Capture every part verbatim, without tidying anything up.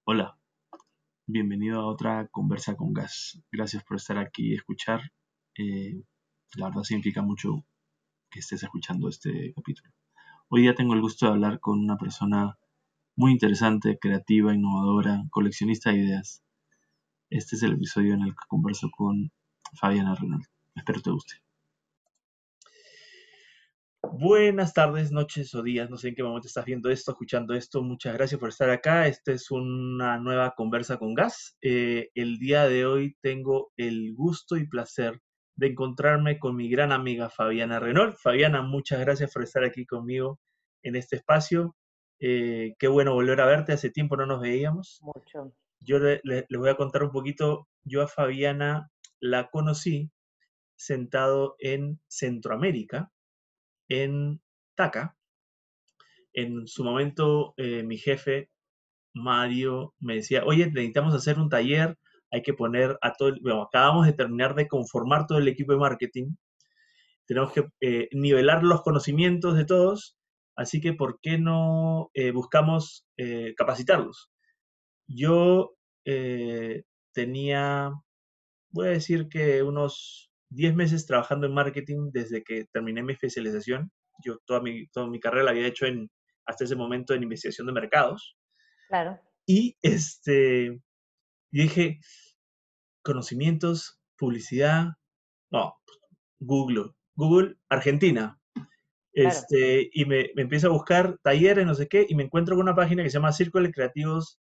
Hola, bienvenido a otra conversa con Gas. Gracias por estar aquí y escuchar. Eh, la verdad significa mucho que estés escuchando este capítulo. Hoy día tengo el gusto de hablar con una persona muy interesante, creativa, innovadora, coleccionista de ideas. Este es el episodio en el que converso con Fabiana Renault. Espero te guste. Buenas tardes, noches o días, no sé en qué momento estás viendo esto, escuchando esto. Muchas gracias por estar acá. Esta es una nueva conversa con Gas. Eh, el día de hoy tengo el gusto y placer de encontrarme con mi gran amiga Fabiana Renault. Fabiana, muchas gracias por estar aquí conmigo en este espacio. Eh, qué bueno volver a verte, hace tiempo no nos veíamos. Mucho. Yo le, le- les voy a contar un poquito. Yo a Fabiana la conocí sentado en Centroamérica, en Taca. En su momento, eh, mi jefe, Mario, me decía, oye, necesitamos hacer un taller, hay que poner a todo, el, bueno, acabamos de terminar de conformar todo el equipo de marketing, tenemos que eh, nivelar los conocimientos de todos, así que ¿por qué no eh, buscamos eh, capacitarlos? Yo eh, tenía, voy a decir que unos diez meses trabajando en marketing desde que terminé mi especialización. Yo toda mi, toda mi carrera la había hecho en, hasta ese momento en investigación de mercados. Claro, Y este, dije, conocimientos, publicidad, no, Google, Google Argentina. claro. Este, y me, me empiezo a buscar talleres, no sé qué, y me encuentro con una página que se llama Círculos Creativos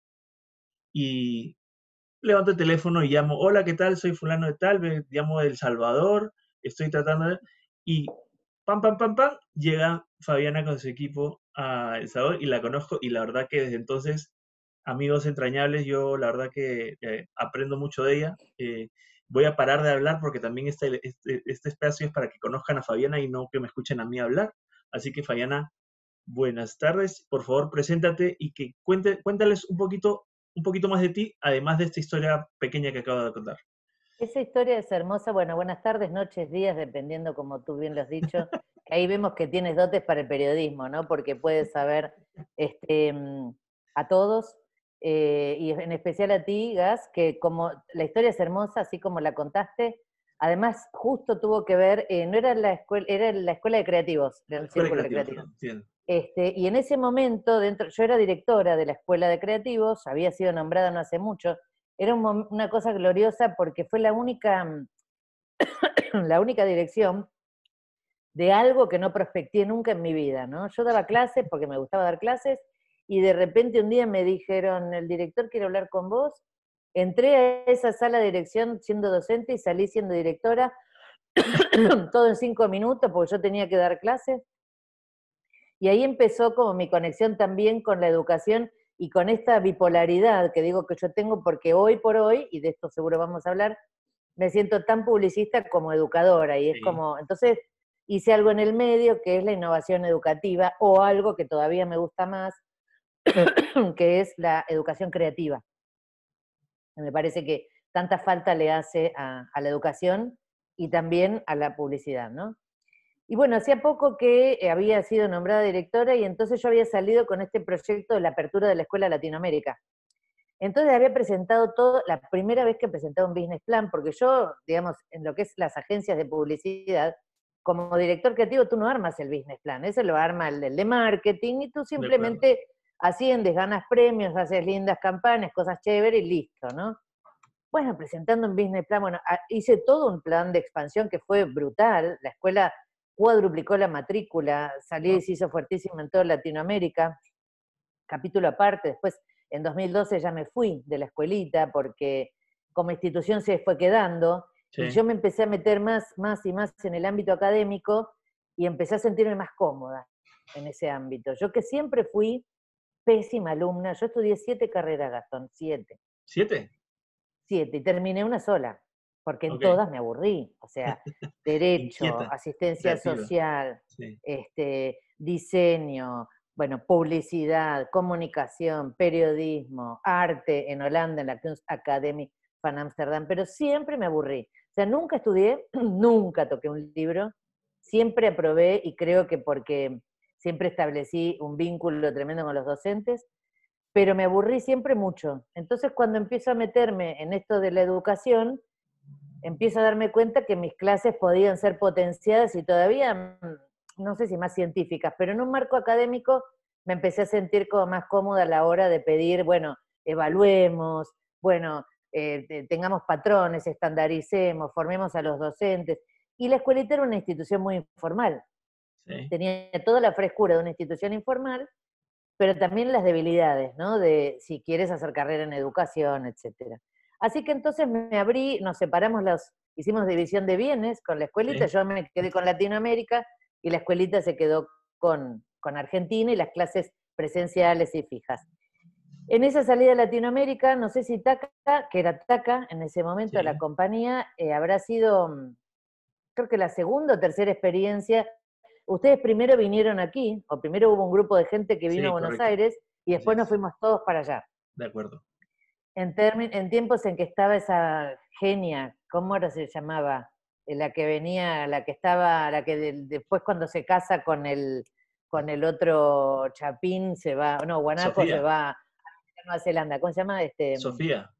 y levanto el teléfono y llamo, hola, ¿qué tal? Soy fulano de tal, me llamo de El Salvador, estoy tratando de... Y pam, pam, pam, pam, llega Fabiana con su equipo a El Salvador y la conozco y la verdad que desde entonces, amigos entrañables, yo la verdad que eh, aprendo mucho de ella. Eh, voy a parar de hablar porque también este, este, este espacio es para que conozcan a Fabiana y no que me escuchen a mí hablar. Así que Fabiana, buenas tardes, por favor, preséntate y que cuente, cuéntales un poquito, un poquito más de ti, además de esta historia pequeña que acabo de contar. Esa historia es hermosa. Bueno, buenas tardes, noches, días, dependiendo, como tú bien lo has dicho. Que ahí vemos que tienes dotes para el periodismo, ¿no? Porque puedes saber este, mm, a todos, eh, y en especial a ti, Gas, que como la historia es hermosa, así como la contaste, además justo tuvo que ver, eh, no era la escuela, era la escuela de creativos, era La el escuela círculo de creativa, creativos. perdón, entiendo. Este, y en ese momento, dentro, yo era directora de la Escuela de Creativos, había sido nombrada no hace mucho, era un, una cosa gloriosa porque fue la única, la única dirección de algo que no prospecté nunca en mi vida, ¿no? Yo daba clases porque me gustaba dar clases y de repente un día me dijeron, el director quiere hablar con vos. Entré a esa sala de dirección siendo docente y salí siendo directora, todo en cinco minutos porque yo tenía que dar clases. Y ahí empezó como mi conexión también con la educación y con esta bipolaridad que digo que yo tengo porque hoy por hoy, y de esto seguro vamos a hablar, me siento tan publicista como educadora y es Sí, como, entonces hice algo en el medio que es la innovación educativa o algo que todavía me gusta más, que es la educación creativa. Me parece que tanta falta le hace a, a la educación y también a la publicidad, ¿no? Y bueno, hacía poco que eh, había sido nombrada directora y entonces yo había salido con este proyecto de la apertura de la Escuela Latinoamérica. Entonces había presentado todo, la primera vez que presentaba un business plan, porque yo, digamos, en lo que es las agencias de publicidad, como director creativo tú no armas el business plan, eso lo arma el, el de marketing y tú de acuerdo. simplemente asciendes, ganas premios, haces lindas campañas, cosas chéveres y listo, ¿no? Bueno, presentando un business plan, bueno, hice todo un plan de expansión que fue brutal. La escuela cuadruplicó la matrícula, salió Wow. y se hizo fuertísimo en toda Latinoamérica, capítulo aparte. Después, en dos mil doce ya me fui de la escuelita porque como institución se fue quedando y Sí, yo me empecé a meter más, más y más en el ámbito académico y empecé a sentirme más cómoda en ese ámbito. Yo que siempre fui pésima alumna, yo estudié siete carreras, Gastón, siete siete. siete y terminé una sola, porque en Ok. todas me aburrí, o sea, derecho, Inquieta, asistencia creativa. social, Sí, este, diseño, bueno, publicidad, comunicación, periodismo, arte en Holanda, en la Kunst Academy van Amsterdam, pero siempre me aburrí. O sea, nunca estudié, nunca toqué un libro, siempre aprobé y creo que porque siempre establecí un vínculo tremendo con los docentes, pero me aburrí siempre mucho. Entonces cuando empiezo a meterme en esto de la educación, empiezo a darme cuenta que mis clases podían ser potenciadas y todavía, mm, no sé si más científicas, pero en un marco académico me empecé a sentir como más cómoda a la hora de pedir, bueno, evaluemos, bueno, eh, te- tengamos patrones, estandaricemos, formemos a los docentes. Y la escuelita era una institución muy informal, Sí, tenía toda la frescura de una institución informal, pero también las debilidades, ¿no? De si quieres hacer carrera en educación, etcétera. Así que entonces me abrí, nos separamos los, hicimos división de bienes con la escuelita, sí, yo me quedé con Latinoamérica y la escuelita se quedó con, con Argentina y las clases presenciales y fijas. En esa salida a Latinoamérica, no sé si Taca, que era Taca en ese momento la sí, compañía, eh, habrá sido, mm, creo que la segunda o tercera experiencia. Ustedes primero vinieron aquí, o primero hubo un grupo de gente que vino a sí, Buenos correcto. Aires, y Así después nos es, fuimos todos para allá. de acuerdo. En, termi- en tiempos en que estaba esa genia, ¿cómo era se llamaba? Eh, La que venía, la que estaba, la que de- después cuando se casa con el, con el otro Chapín se va, no, Guanaco se Sofía, va a Nueva Zelanda, ¿cómo se llama? Este, Sofía,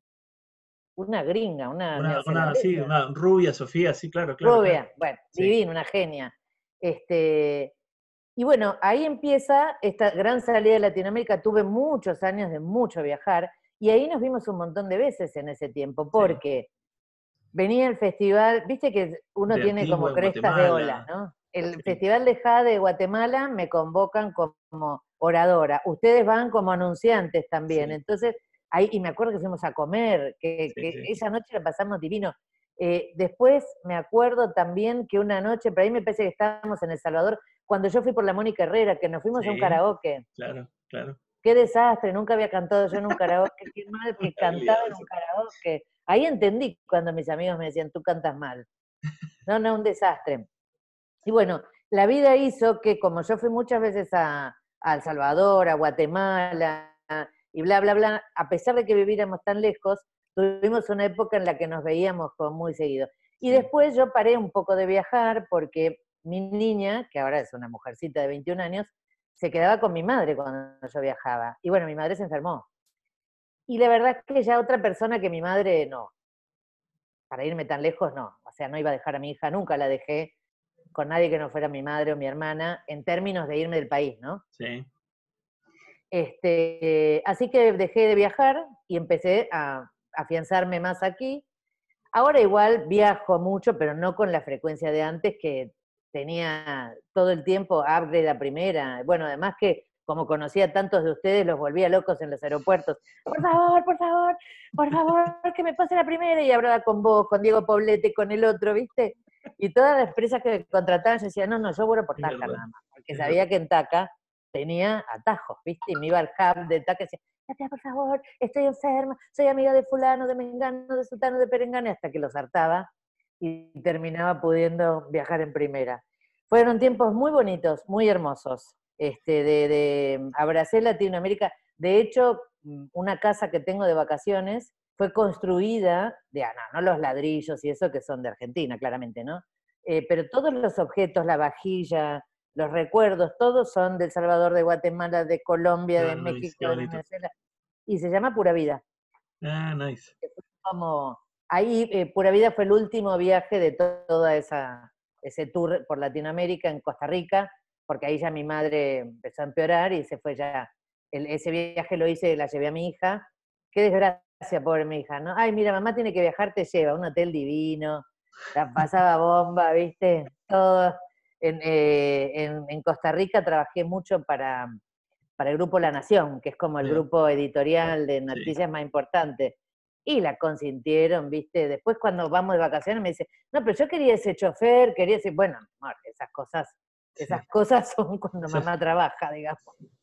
una gringa, una una, una, sí, neozelandesa. una rubia Sofía, sí, claro, claro, claro. Rubia, bueno, Sí, divina, una genia. Este, y bueno, ahí empieza esta gran salida de Latinoamérica. Tuve muchos años de mucho viajar y ahí nos vimos un montón de veces en ese tiempo, sí. porque venía el festival, viste que uno De tiene Antigua como en crestas de olas, Guatemala. ¿no? El Sí, Festival de Jade de Guatemala me convocan como oradora. Ustedes van como anunciantes también. sí, Entonces, ahí, y me acuerdo que fuimos a comer, que, sí, que sí. esa noche la pasamos divino. Eh, después me acuerdo también que una noche, por ahí me parece que estábamos en El Salvador, cuando yo fui por la Mónica Herrera, que nos fuimos a un Sí, karaoke. claro, claro. Qué desastre, nunca había cantado yo en un karaoke, qué mal que Una cantaba habilidad en un eso. karaoke. Ahí entendí cuando mis amigos me decían, tú cantas mal. No, no, un desastre. Y bueno, la vida hizo que como yo fui muchas veces a, a El Salvador, a Guatemala y bla, bla, bla, a pesar de que viviéramos tan lejos, tuvimos una época en la que nos veíamos como muy seguido. Y Sí, después yo paré un poco de viajar porque mi niña, que ahora es una mujercita de veintiún años, se quedaba con mi madre cuando yo viajaba. Y bueno, mi madre se enfermó. Y la verdad es que ya otra persona que mi madre, no, para irme tan lejos, no. O sea, no iba a dejar a mi hija, nunca la dejé con nadie que no fuera mi madre o mi hermana, en términos de irme del país, ¿no? sí, Este, así que dejé de viajar y empecé a afianzarme más aquí. Ahora igual viajo mucho, pero no con la frecuencia de antes, que tenía todo el tiempo upgrade a primera. Bueno, además que como conocía a tantos de ustedes, los volvía locos en los aeropuertos. Por favor, por favor, por favor, que me pase la primera. Y hablaba con vos, con Diego Poblete, con el otro, ¿viste? Y todas las empresas que me contrataban, yo decía, no, no, yo vuelo por es Taca verdad, nada más. Porque es sabía verdad. que en Taca tenía atajos, ¿viste? Y me iba al hub de Taca y decía, Katia, por favor, estoy enferma, soy amiga de fulano, de mengano, de sultano, de perengano, hasta que los hartaba y terminaba pudiendo viajar en primera. Fueron tiempos muy bonitos, muy hermosos. Este, de, de abracé Latinoamérica. De hecho, una casa que tengo de vacaciones fue construida, de, ah, no, no los ladrillos y eso que son de Argentina, claramente, ¿no? Eh, pero todos los objetos, la vajilla, los recuerdos, todos son de El Salvador, de Guatemala, de Colombia, de Ah, nice, qué México, de bonito. Venezuela, y se llama Pura Vida. Ah, nice. Como, ahí eh, Pura Vida fue el último viaje de to toda esa, ese tour por Latinoamérica en Costa Rica, porque ahí ya mi madre empezó a empeorar y se fue ya. El, ese viaje lo hice, la llevé a mi hija. Qué desgracia, pobre mi hija, ¿no? Ay, mira, mamá tiene que viajar, te lleva a un hotel divino, la pasaba bomba, ¿viste? Todo. En, eh, en, en Costa Rica trabajé mucho para, para el grupo La Nación, que es como el Ya, grupo editorial de sí. noticias más importante. Y la consintieron, ¿viste? Después cuando vamos de vacaciones me dice, no, pero yo quería ese chofer, quería ese, bueno, amor, esas cosas, esas Sí. cosas son cuando Eso- mamá trabaja, digamos.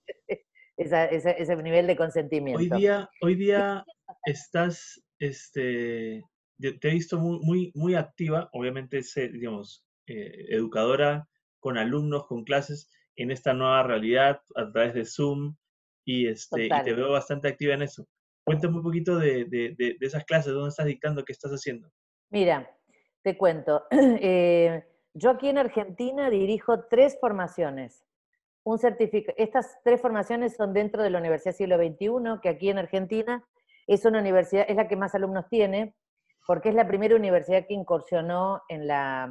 Esa, esa, ese nivel de hoy consentimiento. día, hoy día estás, este, yo te he visto muy, muy, muy activa, obviamente, se- digamos, eh, educadora con alumnos, con clases en esta nueva realidad a través de Zoom y, este, y te Total. veo bastante activa en eso. Cuéntame un poquito de, de, de, de esas clases, dónde estás dictando, qué estás haciendo. Mira, te cuento. Eh, yo aquí en Argentina dirijo tres formaciones. un certific- estas tres formaciones son dentro de la Universidad Siglo veintiuno, que aquí en Argentina es una universidad, es la que más alumnos tiene, porque es la primera universidad que incursionó en la,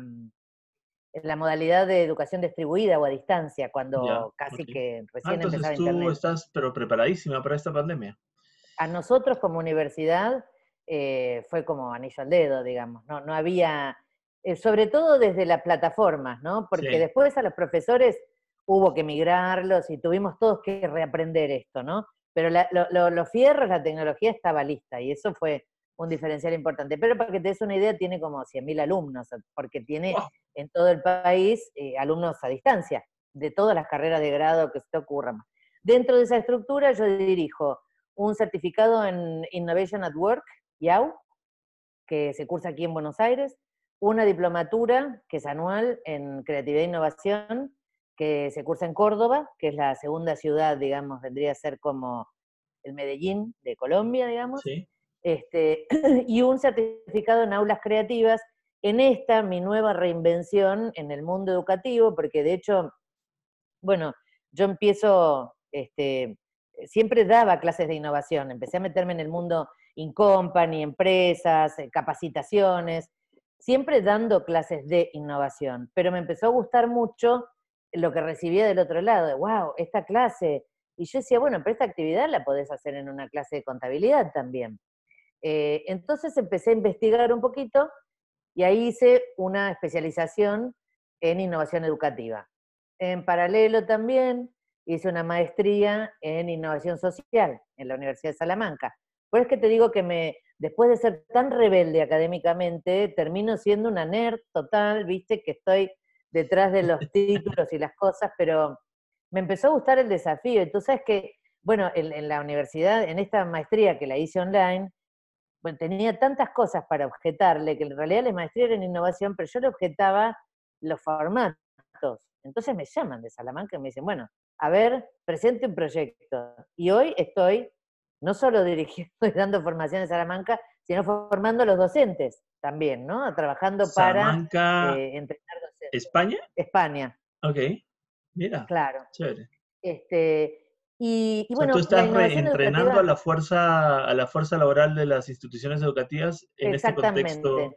en la modalidad de educación distribuida o a distancia, Ya, cuando ok. casi que Ah, recién entonces empezaba tú Internet. estás, pero preparadísima para esta pandemia. A nosotros como universidad eh, fue como anillo al dedo, digamos, no, no había, eh, sobre todo desde las plataformas, ¿no? Porque Sí. después a los profesores hubo que migrarlos y tuvimos todos que reaprender esto, ¿no? Pero la, lo, lo, los fierros, la tecnología estaba lista y eso fue un diferencial importante. Pero para que te des una idea, tiene como cien mil alumnos, porque tiene Wow. en todo el país eh, alumnos a distancia, de todas las carreras de grado que se te ocurran. Dentro de esa estructura yo dirijo un certificado en Innovation at Work, I A U, que se cursa aquí en Buenos Aires, una diplomatura, que es anual, en Creatividad e Innovación, que se cursa en Córdoba, que es la segunda ciudad, digamos, vendría a ser como el Medellín de Colombia, digamos, Sí. este, y un certificado en aulas creativas, en esta, mi nueva reinvención en el mundo educativo, porque de hecho, bueno, yo empiezo, este, siempre daba clases de innovación, empecé a meterme en el mundo Incompany, empresas, eh, capacitaciones, siempre dando clases de innovación, pero me empezó a gustar mucho lo que recibía del otro lado, de, wow, esta clase, y yo decía, bueno, pero esta actividad la podés hacer en una clase de contabilidad también. Eh, entonces empecé a investigar un poquito y ahí hice una especialización en innovación educativa. En paralelo también hice una maestría en innovación social en la Universidad de Salamanca. Por eso es que te digo que me, después de ser tan rebelde académicamente, termino siendo una nerd total, viste, que estoy detrás de los títulos y las cosas, pero me empezó a gustar el desafío. Y tú sabes que, bueno, en, en la universidad, en esta maestría que la hice online, bueno, tenía tantas cosas para objetarle, que en realidad la maestría era en innovación, pero yo le objetaba los formatos. Entonces me llaman de Salamanca y me dicen, bueno, a ver, presente un proyecto. Y hoy estoy no solo dirigiendo y dando formación en Salamanca, sino formando a los docentes también, ¿no? Trabajando para Salamanca, eh, entrenar docentes. España. España, Ok, mira, claro. chévere. Este, y, y O sea, tú bueno, la estás innovación reentrenando a educativa, la fuerza, a la fuerza laboral de las instituciones educativas en este contexto. exactamente.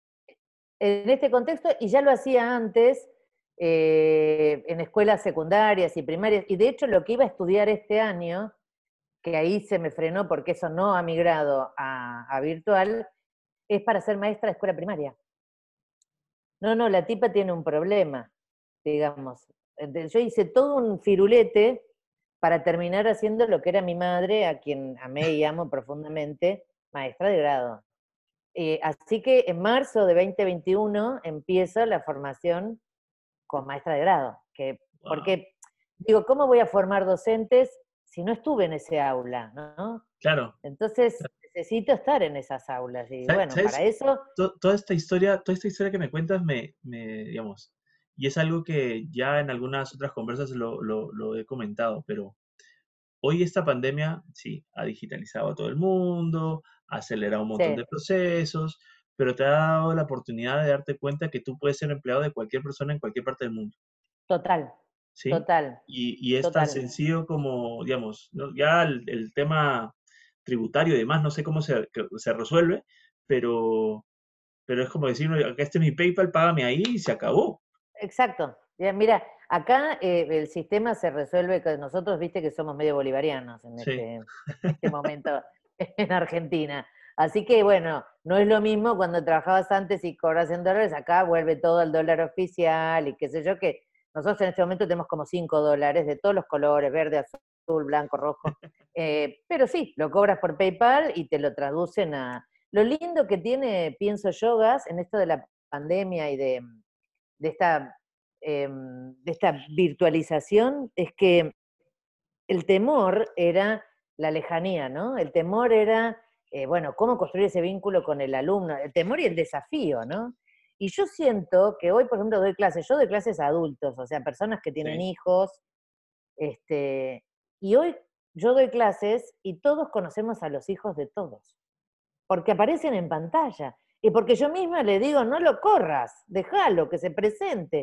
En este contexto, y ya lo hacía antes, eh, en escuelas secundarias y primarias, y de hecho lo que iba a estudiar este año, que ahí se me frenó porque eso no ha migrado a, a virtual, es para ser maestra de escuela primaria. No, no, la tipa tiene un problema, digamos. Entonces, yo hice todo un firulete para terminar haciendo lo que era mi madre, a quien amé y amo profundamente, maestra de grado. Eh, así que en marzo de veinte veintiuno empieza la formación con maestra de grado, que, Wow, porque digo, ¿cómo voy a formar docentes si no estuve en ese aula, ¿no? claro. Entonces necesito estar en esas aulas y ¿Sabes? bueno, para sabes? eso, To- Toda esta historia, toda esta historia que me cuentas me, me, digamos, y es algo que ya en algunas otras conversas lo, lo, lo he comentado, pero hoy esta pandemia, sí, ha digitalizado a todo el mundo, ha acelerado un montón sí, de procesos, pero te ha dado la oportunidad de darte cuenta que tú puedes ser empleado de cualquier persona en cualquier parte del mundo, total, ¿sí? total, Y, y es tan total. sencillo como, digamos, ¿no? Ya el, el tema tributario y demás, no sé cómo se, que se resuelve, pero, pero es como decir, "Oye, acá este es mi PayPal, págame ahí y se acabó". Exacto. Ya, mira, acá eh, el sistema se resuelve con nosotros, viste que somos medio bolivarianos en Sí, este, este momento en Argentina. Así que bueno, no es lo mismo cuando trabajabas antes y cobras en dólares, acá vuelve todo al dólar oficial y qué sé yo, que nosotros en este momento tenemos como cinco dólares de todos los colores, verde, azul, blanco, rojo. Eh, pero sí, lo cobras por PayPal y te lo traducen a... Lo lindo que tiene, pienso yo, Gas, en esto de la pandemia y de de esta, eh, de esta virtualización es que el temor era la lejanía, ¿no? El temor era, eh, bueno, cómo construir ese vínculo con el alumno, el temor y el desafío, ¿no? Y yo siento que hoy, por ejemplo, doy clases, yo doy clases a adultos, o sea, personas que tienen sí, hijos, este, y hoy yo doy clases y todos conocemos a los hijos de todos porque aparecen en pantalla. Y porque yo misma le digo, no lo corras, déjalo, que se presente,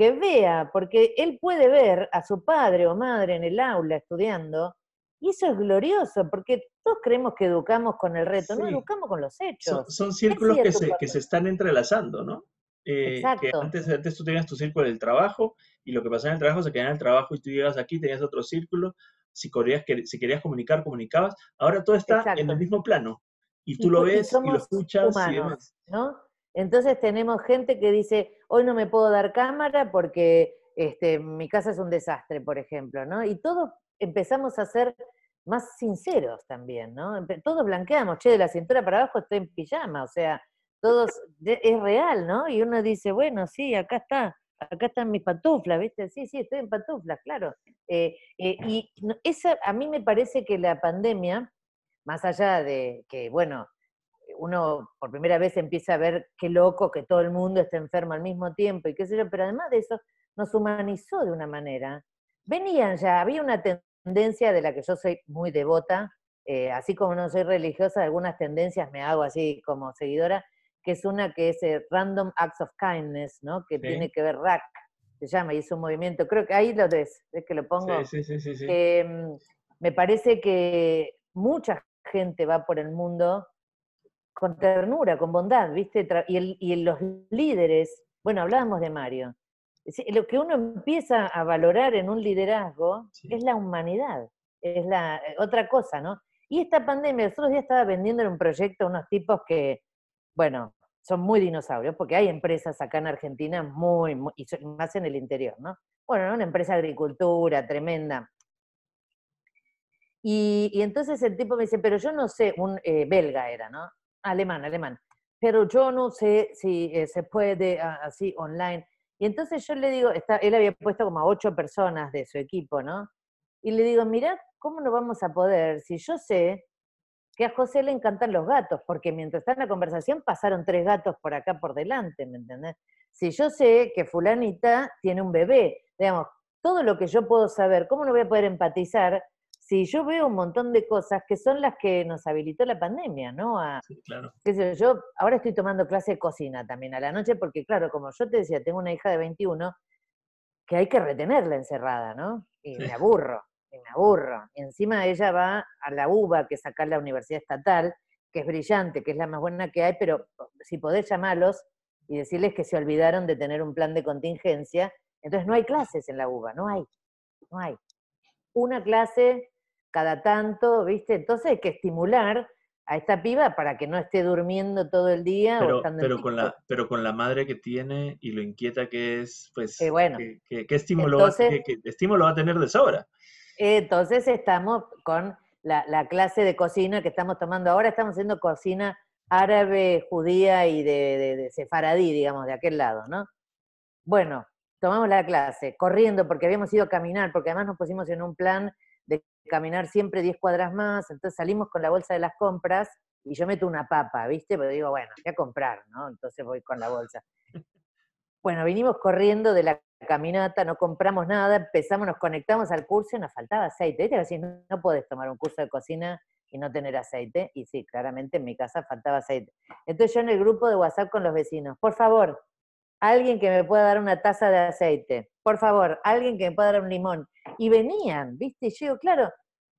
que vea, porque él puede ver a su padre o madre en el aula estudiando, y eso es glorioso, porque todos creemos que educamos con el reto, no, Sí, educamos con los son, hechos. son ¿Qué círculos hacía que tu se, que papá? se están entrelazando, ¿no? Eh, que Exacto. antes, antes tú tenías tu círculo del trabajo y lo que pasaba en el trabajo se quedaba en el trabajo y tú llegas aquí, tenías otro círculo, si querías, que- si querías comunicar, comunicabas. Ahora todo está en el Exacto. mismo plano y tú Y, lo pu- y ves y lo somos escuchas y humanos, demás. ¿no? Entonces tenemos gente que dice, hoy no me puedo dar cámara porque este, mi casa es un desastre, por ejemplo, ¿no? Y todos empezamos a ser más sinceros también, ¿no? Empe- Todos blanqueamos, che, de la cintura para abajo estoy en pijama, o sea, todos, de- es real, ¿no? Y uno dice, bueno, sí, acá está, acá están mis pantuflas, ¿viste? Sí, sí, estoy en pantuflas, claro. Eh, eh, y no- esa, a mí me parece que la pandemia, más allá de que, bueno, uno por primera vez empieza a ver qué loco que todo el mundo está enfermo al mismo tiempo y qué sé yo, pero además de eso nos humanizó de una manera. Venían ya, había una tendencia de la que yo soy muy devota, eh, así como no soy religiosa, algunas tendencias me hago así como seguidora, que es una que es eh, Random Acts of Kindness, ¿no? Que tiene Sí, que ver, R A C, se llama, y es un movimiento, creo que ahí lo ves, ves que lo sí, pongo, sí, sí, sí, sí. que mm, me parece que mucha gente va por el mundo con ternura, con bondad, ¿viste? Tra- Y, el- y los líderes, bueno, hablábamos de Mario, es decir, lo que uno empieza a valorar en un liderazgo Sí. es la humanidad, es la eh, otra cosa, ¿no? Y esta pandemia, los otros días estaba vendiendo un proyecto a unos tipos que, bueno, son muy dinosaurios, porque hay empresas acá en Argentina muy, muy y son- más en el interior, ¿no? Bueno, ¿no? Una empresa de agricultura tremenda. Y, y entonces el tipo me dice, pero yo no sé, un eh, belga era, ¿no? Alemán, alemán. Pero yo no sé si eh, se puede a- así online. Y entonces yo le digo, está, él había puesto como a ocho personas de su equipo, ¿no? Y le digo, mira, ¿cómo no vamos a poder si yo sé que a José le encantan los gatos? Porque mientras está en la conversación pasaron tres gatos por acá por delante, ¿me entendés? Si yo sé que fulanita tiene un bebé, digamos, todo lo que yo puedo saber, ¿cómo no voy a poder empatizar si yo veo un montón de cosas que son las que nos habilitó la pandemia, ¿no? A, Sí, claro. qué sé yo, yo ahora estoy tomando clase de cocina también a la noche, porque claro, como yo te decía, tengo una hija de veintiuno que hay que retenerla encerrada, ¿no? Y Sí. me aburro, y me aburro. Y encima ella va a la UBA, que es acá la Universidad Estatal, que es brillante, que es la más buena que hay, pero si podés llamarlos y decirles que se olvidaron de tener un plan de contingencia, entonces no hay clases en la UBA, no hay, no hay. Una clase cada tanto, ¿viste? Entonces hay que estimular a esta piba para que no esté durmiendo todo el día o Pero, estando en pero con TikTok. la, pero con la madre que tiene y lo inquieta que es, Eh, pues, bueno, ¿qué, qué- qué estímulo va, a- entonces qué- qué estímulo va a tener de sobra? Entonces estamos con la, la clase de cocina que estamos tomando ahora, estamos haciendo cocina árabe, judía y de, de, de sefaradí, digamos, de aquel lado, ¿no? Bueno, tomamos la clase, corriendo porque habíamos ido a caminar, porque además nos pusimos en un plan de caminar siempre diez cuadras más, entonces salimos con la bolsa de las compras y yo meto una papa, ¿viste? Pero digo, bueno, voy a comprar, ¿no? Entonces voy con la bolsa. Bueno, vinimos corriendo de la caminata, no compramos nada, empezamos, nos conectamos al curso y nos faltaba aceite. ¿Viste? Así, no, no podés tomar un curso de cocina y no tener aceite. Y sí, claramente en mi casa faltaba aceite. Entonces yo en el grupo de WhatsApp con los vecinos, por favor, alguien que me pueda dar una taza de aceite, por favor, alguien que me pueda dar un limón. Y venían, ¿viste? Y yo digo, claro,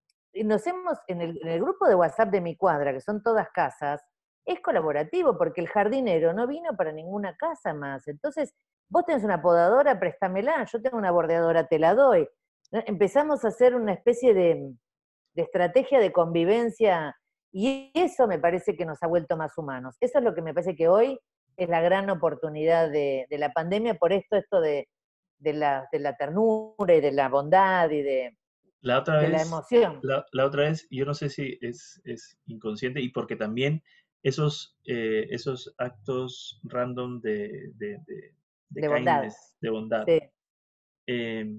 y nos hemos, en el, en el grupo de WhatsApp de mi cuadra, que son todas casas, es colaborativo porque el jardinero no vino para ninguna casa más. Entonces, vos tenés una podadora, préstamela, yo tengo una bordeadora, te la doy. ¿No? Empezamos a hacer una especie de, de estrategia de convivencia y eso me parece que nos ha vuelto más humanos. Eso es lo que me parece que hoy es la gran oportunidad de, de la pandemia, por esto, esto de, de, la, de la ternura y de la bondad y de, La otra de la vez, emoción. la, la otra vez, yo no sé si es, es inconsciente y porque también esos, eh, esos actos random de, de, de, de De bondad. kindness, de bondad, Sí, eh,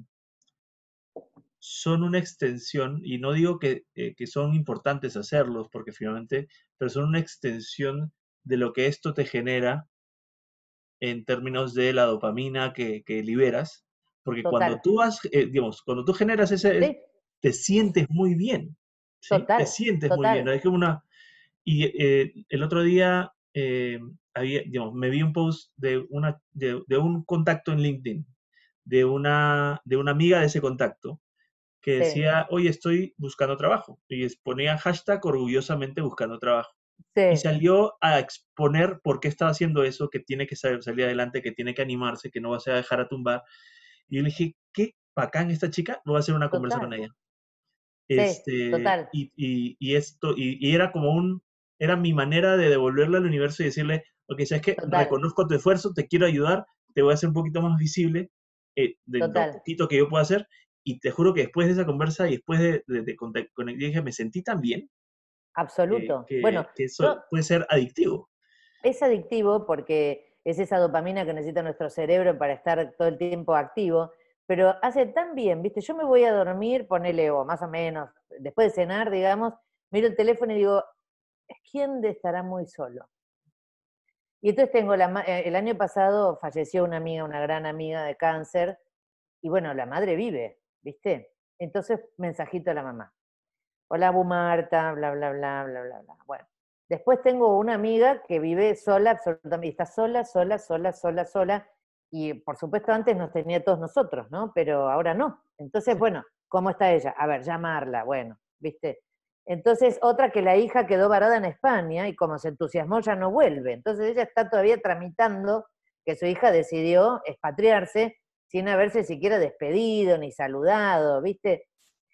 son una extensión, y no digo que, eh, que son importantes hacerlos, porque finalmente, pero son una extensión de lo que esto te genera en términos de la dopamina que, que liberas, porque cuando total. tú has, eh, digamos, cuando tú generas ese, Sí, te sientes muy bien, ¿sí? Te total, sientes muy bien, total. ¿no? Es como una... Y eh, el otro día eh, había, digamos, me vi un post de, una, de, de un contacto en LinkedIn de una, de una amiga de ese contacto que Sí, decía, oye, estoy buscando trabajo. Y es- ponía hashtag orgullosamente buscando trabajo. Y sí, salió a exponer por qué estaba haciendo eso, que tiene que saber salir adelante, que tiene que animarse, que no va a ser a dejar a tumbar. Y yo le dije, qué bacán esta chica, voy a hacer una conversa con total, ella. sí, Este, total, y, y, y esto, y, y era como un, era mi manera de devolverle al universo y decirle, ok, sabes que total, reconozco tu esfuerzo, te quiero ayudar, te voy a hacer un poquito más visible eh, de lo total, poquito que yo puedo hacer. Y te juro que después de esa conversa y después de, de, de contact- conect- dije, me sentí tan bien eh, absoluto. Bueno, que, que yo, eso puede ser adictivo. es adictivo porque es esa dopamina que necesita nuestro cerebro para estar todo el tiempo activo, pero hace tan bien, ¿viste? Yo me voy a dormir, ponele, o más o menos, después de cenar, digamos, miro el teléfono y digo, ¿quién de estará muy solo? Y entonces tengo, la, ma- eh, el año pasado falleció una amiga, una gran amiga de cáncer, y bueno, la madre vive, ¿viste? Entonces, mensajito a la mamá. Hola, Bu Marta, bla, bla, bla, bla, bla, bla. Bueno, después tengo una amiga que vive sola, absolutamente, está sola, sola, sola, sola, sola, y por supuesto antes nos tenía todos nosotros, ¿no? Pero ahora no. Entonces, Sí, bueno, ¿cómo está ella? A ver, llamarla, bueno, ¿viste? Entonces, otra que la hija quedó varada en España y como se entusiasmó ya no vuelve. Entonces ella está todavía tramitando que su hija decidió expatriarse sin haberse siquiera despedido ni saludado, ¿viste?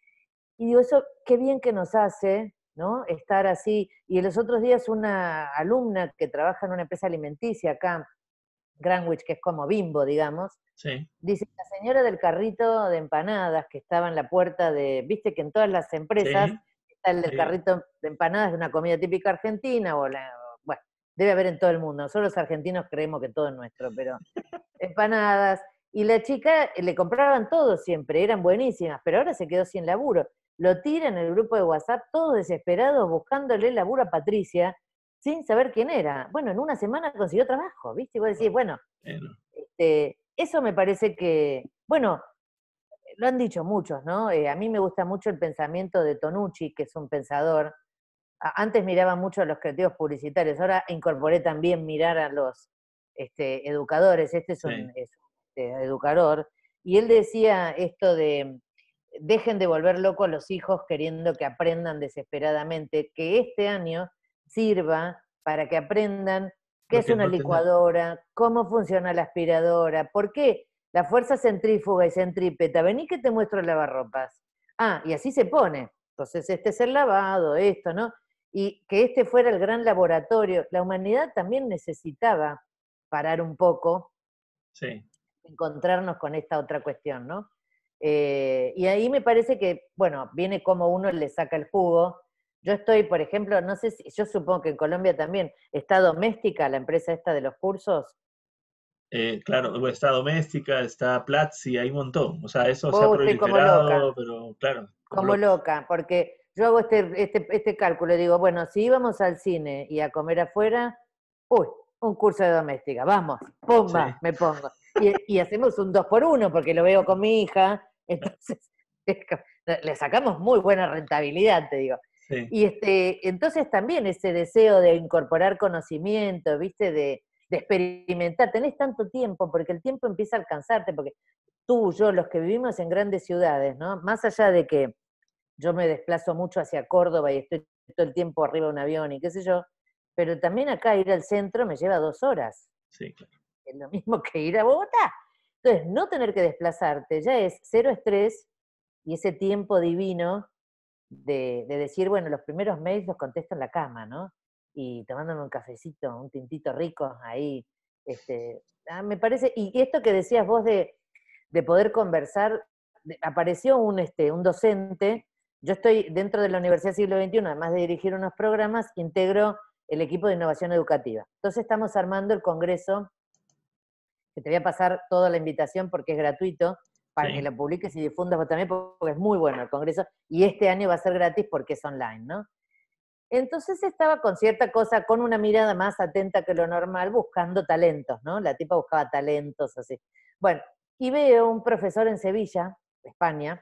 Y digo, eso qué bien que nos hace, ¿no? Estar así. Y en los otros días una alumna que trabaja en una empresa alimenticia acá, Greenwich, que es como Bimbo, digamos, sí, dice, la señora del carrito de empanadas que estaba en la puerta de, viste que en todas las empresas sí, está el del sí, carrito de empanadas de una comida típica argentina, o la, bueno, debe haber en todo el mundo. Nosotros los argentinos creemos que todo es nuestro, pero empanadas. Y la chica le compraban todo siempre, eran buenísimas, pero ahora se quedó sin laburo. Lo tira en el grupo de WhatsApp, todos desesperados, buscándole laburo a Patricia, sin saber quién era. Bueno, en una semana consiguió trabajo, ¿viste? Y vos decís, bueno, bueno, este, eso me parece que, bueno, lo han dicho muchos, ¿no? Eh, a mí me gusta mucho el pensamiento de Tonucci, que es un pensador. A- Antes miraba mucho a los creativos publicitarios, ahora incorporé también mirar a los este, educadores. Este es un, sí, es un, este, educador, y él decía esto de dejen de volver locos a los hijos queriendo que aprendan desesperadamente, que este año sirva para que aprendan qué lo es que una no tenés. licuadora, cómo funciona la aspiradora, por qué la fuerza centrífuga y centrípeta, vení que te muestro el lavarropas. Ah, y así se pone. Entonces, este es el lavado, esto, ¿no? Y que este fuera el gran laboratorio. La humanidad también necesitaba parar un poco, Sí, encontrarnos con esta otra cuestión, ¿no? Eh, y ahí me parece que, bueno, viene como uno le saca el jugo. Yo estoy, por ejemplo, no sé si, yo supongo que en Colombia también está Doméstica, la empresa esta de los cursos. eh, claro, está Doméstica, está Platzi, hay un montón. O sea, eso se ha Vos estoy como proliferado, loca, pero claro, como como loco. loca, porque yo hago este, este, este cálculo y digo, bueno, si íbamos al cine y a comer afuera, uy, un curso de doméstica, vamos, Sí, pumba, me pongo. Y, y hacemos un dos por uno, porque lo veo con mi hija, entonces es co- le sacamos muy buena rentabilidad, te digo. sí, Y este, entonces también ese deseo de incorporar conocimiento, viste, de, de experimentar, tenés tanto tiempo, porque el tiempo empieza a alcanzarte, porque tú, yo, los que vivimos en grandes ciudades, ¿no? Más allá de que yo me desplazo mucho hacia Córdoba y estoy todo el tiempo arriba de un avión y qué sé yo, pero también acá ir al centro me lleva dos horas, sí, claro. es lo mismo que ir a Bogotá. Entonces, no tener que desplazarte ya es cero estrés y ese tiempo divino de, de decir, bueno, los primeros mails los contesto en la cama, ¿no? Y tomándome un cafecito, un tintito rico ahí. Este, ah, me parece, y esto que decías vos de, de poder conversar, de- apareció un, este, un docente, yo estoy dentro de la Universidad Siglo veintiuno, además de dirigir unos programas, integro el equipo de innovación educativa. Entonces estamos armando el congreso, que te voy a pasar toda la invitación porque es gratuito, para que Sí, lo publiques y difundas vos también, porque es muy bueno el congreso, y este año va a ser gratis porque es online, ¿no? Entonces estaba con cierta cosa, con una mirada más atenta que lo normal, buscando talentos, ¿no? La tipa buscaba talentos así. Bueno, y veo un profesor en Sevilla, España,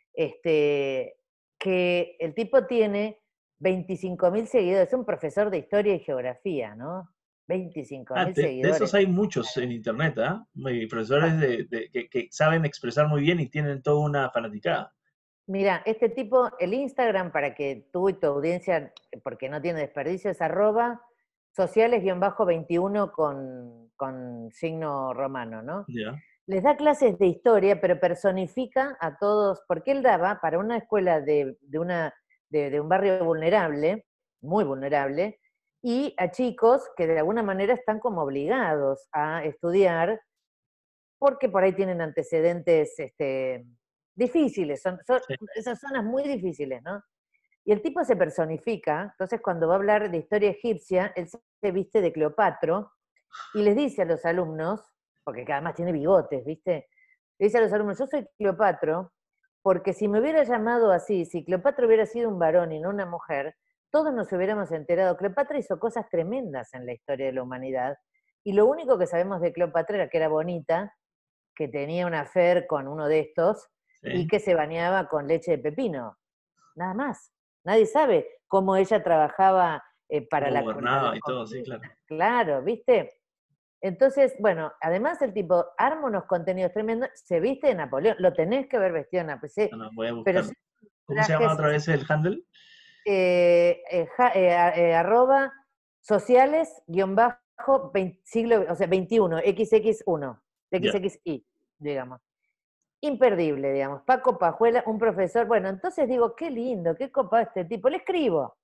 este, que el tipo tiene veinticinco mil seguidores, es un profesor de historia y geografía, ¿no? veinticinco Ah, mil de, de esos seguidores. hay muchos en internet, ¿ah? Muy- Profesores de, de- que, que saben expresar muy bien y tienen toda una fanaticada. Mira, este tipo, el Instagram, para que tú y tu audiencia, porque no tiene desperdicio, es arroba sociales-veintiuno con, con signo romano, ¿no? ¿Ya? Les da clases de historia, pero personifica a todos, porque él daba para una escuela de, de una, de, de un barrio vulnerable, muy vulnerable, y a chicos que de alguna manera están como obligados a estudiar porque por ahí tienen antecedentes este, difíciles, son, son Sí. esas zonas muy difíciles, ¿no? Y el tipo se personifica, entonces cuando va a hablar de historia egipcia, él se viste de Cleopatro y les dice a los alumnos, porque además tiene bigotes, ¿viste? Le dice a los alumnos, yo soy Cleopatro, porque si me hubiera llamado así, si Cleopatra hubiera sido un varón y no una mujer, todos nos hubiéramos enterado. Cleopatra hizo cosas tremendas en la historia de la humanidad, y lo único que sabemos de Cleopatra era que era bonita, que tenía una affair con uno de estos y Sí. que se bañaba con leche de pepino. Nada más. Nadie sabe cómo ella trabajaba eh, para Cómo la, la, la gobernaba y todo, sí, conquista. claro. Claro, ¿viste? Entonces, bueno, además el tipo arma unos contenidos tremendos, se viste de Napoleón, lo tenés que ver vestido de Napoleón, No, no, voy a pero buscarlo. sí, ¿Cómo se llama trajes otra vez el handle? eh, eh, ja- eh, eh, arroba sociales guión bajo vein- siglo, o sea, veintiuno, equis equis uno, Ya. equis equis i, digamos. Imperdible, digamos. Paco Pajuela, un profesor. Bueno, entonces digo, qué lindo, qué copado este tipo. Le escribo.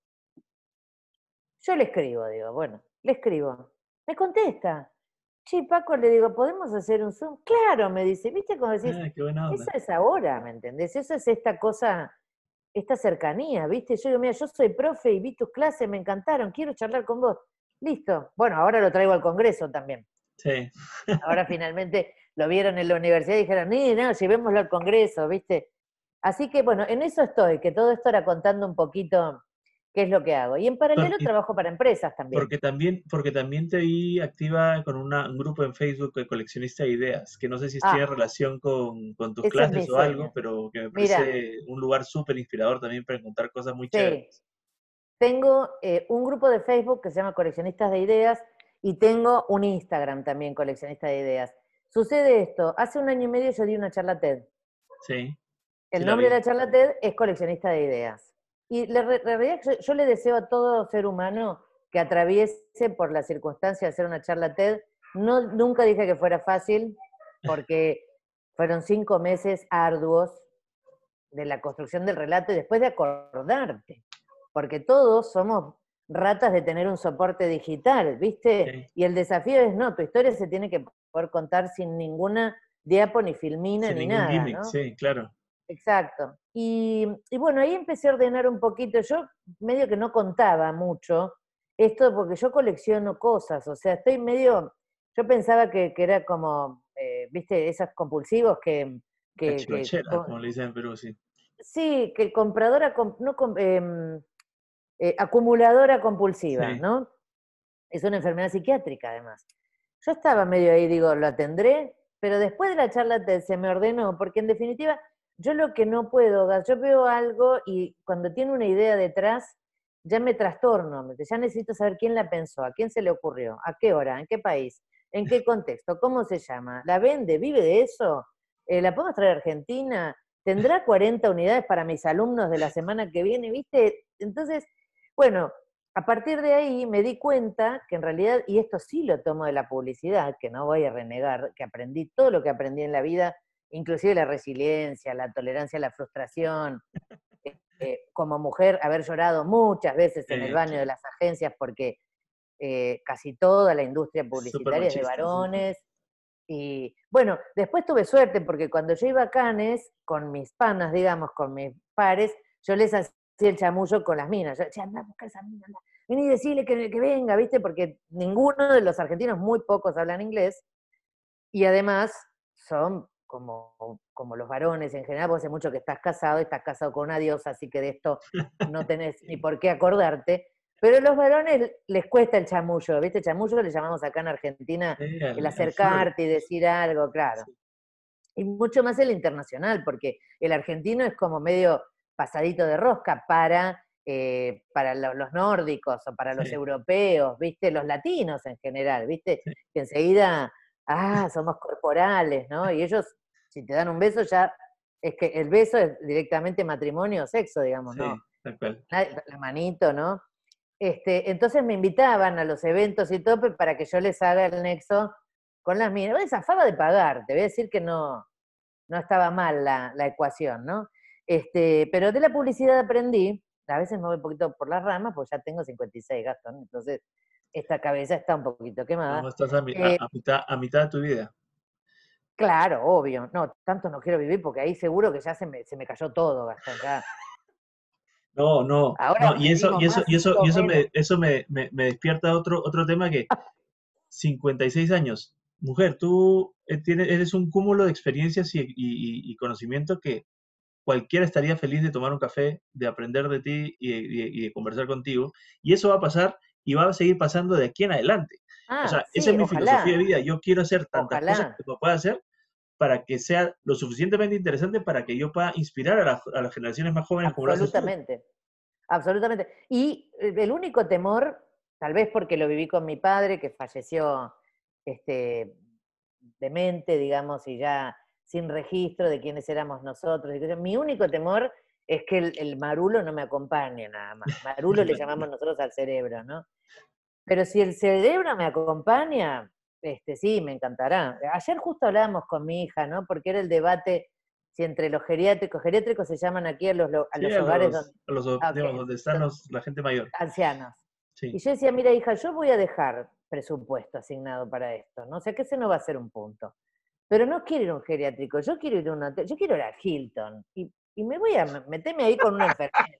Yo le escribo, digo, bueno, le escribo. Me contesta. Sí, Paco, le digo, ¿podemos hacer un Zoom? Claro, me dice. ¿Viste cómo decís? Ah, qué buena Eso onda. es ahora, ¿me entendés? Eso es esta cosa, esta cercanía, ¿viste? Yo digo, mira, yo soy profe y vi tus clases, me encantaron, quiero charlar con vos. Listo. Bueno, ahora lo traigo al Congreso también. Sí. Ahora finalmente lo vieron en la universidad y dijeron, ni, no, llevémoslo al Congreso, ¿viste? Así que bueno, en eso estoy, que todo esto era contando un poquito qué es lo que hago. Y en Por- paralelo y trabajo para empresas también. porque también, porque también te vi activa con una- un grupo en Facebook de coleccionista de ideas, que no sé si tiene Ah, relación con, con tus ese es mi clases o algo, sueño. pero que me Mira, parece un lugar súper inspirador también para encontrar cosas muy sí, chéveres. tengo eh, un grupo de Facebook que se llama Coleccionistas de Ideas y tengo un Instagram también, Coleccionista de Ideas. Sucede esto, hace un año y medio yo di una charla TED. Sí, sí El la nombre de vi. la charla TED es Coleccionista de Ideas. Y la, re- la realidad es que yo, yo le deseo a todo ser humano que atraviese por la circunstancia de hacer una charla TED. No, nunca dije que fuera fácil, porque fueron cinco meses arduos de la construcción del relato y después de acordarte, porque todos somos ratas de tener un soporte digital, ¿viste? Sí. Y el desafío es, no, tu historia se tiene que poder contar sin ninguna diapo, ni filmina, Sin ni ningún nada, gimmick, ¿no? sí, claro. Exacto. Y, y bueno, ahí empecé a ordenar un poquito. Yo medio que no contaba mucho esto porque yo colecciono cosas, o sea, estoy medio, yo pensaba que, que era como, eh, viste, esos compulsivos que, que, que Cachivachera, co- como le dicen en Perú, sí. sí, que compradora, com- no, com- em, eh, acumuladora compulsiva, Sí. ¿no? Es una enfermedad psiquiátrica además. Yo estaba medio ahí, digo, lo tendré, pero después de la charla te- se me ordenó, porque en definitiva, yo lo que no puedo, Gas, yo veo algo y cuando tiene una idea detrás, ya me trastorno, ¿me- ya necesito saber quién la pensó, a quién se le ocurrió, a qué hora, en qué país, en qué contexto, cómo se llama, la vende, vive de eso. Eh, la podemos traer a Argentina, tendrá cuarenta unidades para mis alumnos de la semana que viene, ¿viste? Entonces, bueno, a partir de ahí me di cuenta que en realidad, y esto sí lo tomo de la publicidad, que no voy a renegar, que aprendí todo lo que aprendí en la vida, inclusive la resiliencia, la tolerancia a la frustración, eh, eh, como mujer haber llorado muchas veces en el Eh, baño de las agencias porque eh, casi toda la industria es súper publicitaria es de machista, sí. varones. Y bueno, después tuve suerte porque cuando yo iba a Cannes, con mis panas, digamos, con mis pares, yo les hacía el chamullo con las minas. Yo decía, anda a buscar esa mina, anda. Vení y decirle que, que venga, ¿viste? Porque ninguno de los argentinos, muy pocos, hablan inglés. Y además son como, como los varones en general, vos hace mucho que estás casado, y estás casado con una diosa, así que de esto no tenés ni por qué acordarte. Pero a los varones les cuesta el chamullo, ¿viste? Chamullo le llamamos acá en Argentina Sí, el al, al floro. acercarte y decir algo, claro. Sí. Y mucho más el internacional, porque el argentino es como medio pasadito de rosca para eh, para lo- los nórdicos o para los sí, europeos, ¿viste? Los latinos en general, ¿viste? sí, Que enseguida, ah, somos corporales, ¿no? Y ellos, si te dan un beso, ya es que el beso es directamente matrimonio o sexo, digamos, sí, ¿no? tal cual. La, la manito, ¿no? Este, entonces me invitaban a los eventos y todo pe- para que yo les haga el nexo con las minas. Bueno, zafaba de pagar, te voy a decir que no, no estaba mal la, la ecuación, ¿no? Este, pero de la publicidad aprendí, a veces me voy un poquito por las ramas, porque ya tengo cincuenta y seis Gastón, entonces esta cabeza está un poquito No, quemada. estás a, mi- a- Eh, a mitad, a mitad de tu vida. claro, obvio, no, tanto no quiero vivir porque ahí seguro que ya se me, se me cayó todo, Gastón, ya. No, no, Ahora no, y eso, vivimos y eso, más y eso, y o eso menos. me, eso me, me, me despierta otro, otro tema que cincuenta y seis años. Mujer, tú eh, tienes, eres un cúmulo de experiencias y, y- y- y conocimiento que cualquiera estaría feliz de tomar un café, de aprender de ti y, y- y de conversar contigo. Y eso va a pasar y va a seguir pasando de aquí en adelante. O Ah, sea, esa es sí, mi filosofía ojalá, de vida. Yo quiero hacer tantas cosas ojalá. que no pueda hacer para que sea lo suficientemente interesante para que yo pueda inspirar a, las- a las generaciones más jóvenes como lo haces tú. Absolutamente, absolutamente. Y eh, el único temor, tal vez porque lo viví con mi padre, que falleció este, demente, digamos, y ya sin registro de quiénes éramos nosotros. y qué sé yo, Mi único temor es que el, el marulo no me acompañe nada más. Marulo le llamamos nosotros al cerebro, ¿no? Pero si el cerebro me acompaña, este, sí, me encantará. Ayer justo hablábamos con mi hija, ¿no? Porque era el debate si entre los geriátricos, geriátricos se llaman aquí a los, lo- a Sí, los a hogares donde, los, a los, ah, ok, digamos, donde están don- los- la gente mayor. ancianos. Y Sí, yo decía, mira hija, yo voy a dejar presupuesto asignado para esto, ¿no? O sea que ese no va a ser un punto. Pero no quiero ir a un geriátrico, yo quiero ir a un hotel, yo quiero ir a Hilton. Y, y me voy a m- meterme ahí con una enfermera